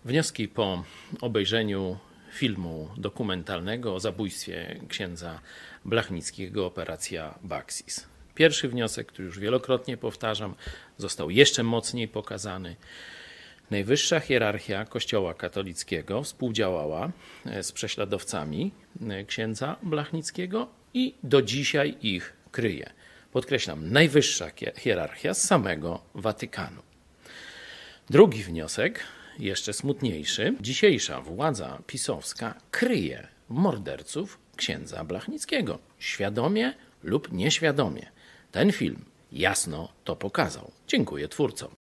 Wnioski po obejrzeniu filmu dokumentalnego o zabójstwie księdza Blachnickiego, operacja Baksis. Pierwszy wniosek, który już wielokrotnie powtarzam, został jeszcze mocniej pokazany. Najwyższa hierarchia Kościoła katolickiego współdziałała z prześladowcami księdza Blachnickiego i do dzisiaj ich kryje. Podkreślam, najwyższa hierarchia z samego Watykanu. Drugi wniosek, jeszcze smutniejszy. Dzisiejsza władza pisowska kryje morderców księdza Blachnickiego. Świadomie lub nieświadomie. Ten film jasno to pokazał. Dziękuję twórcom.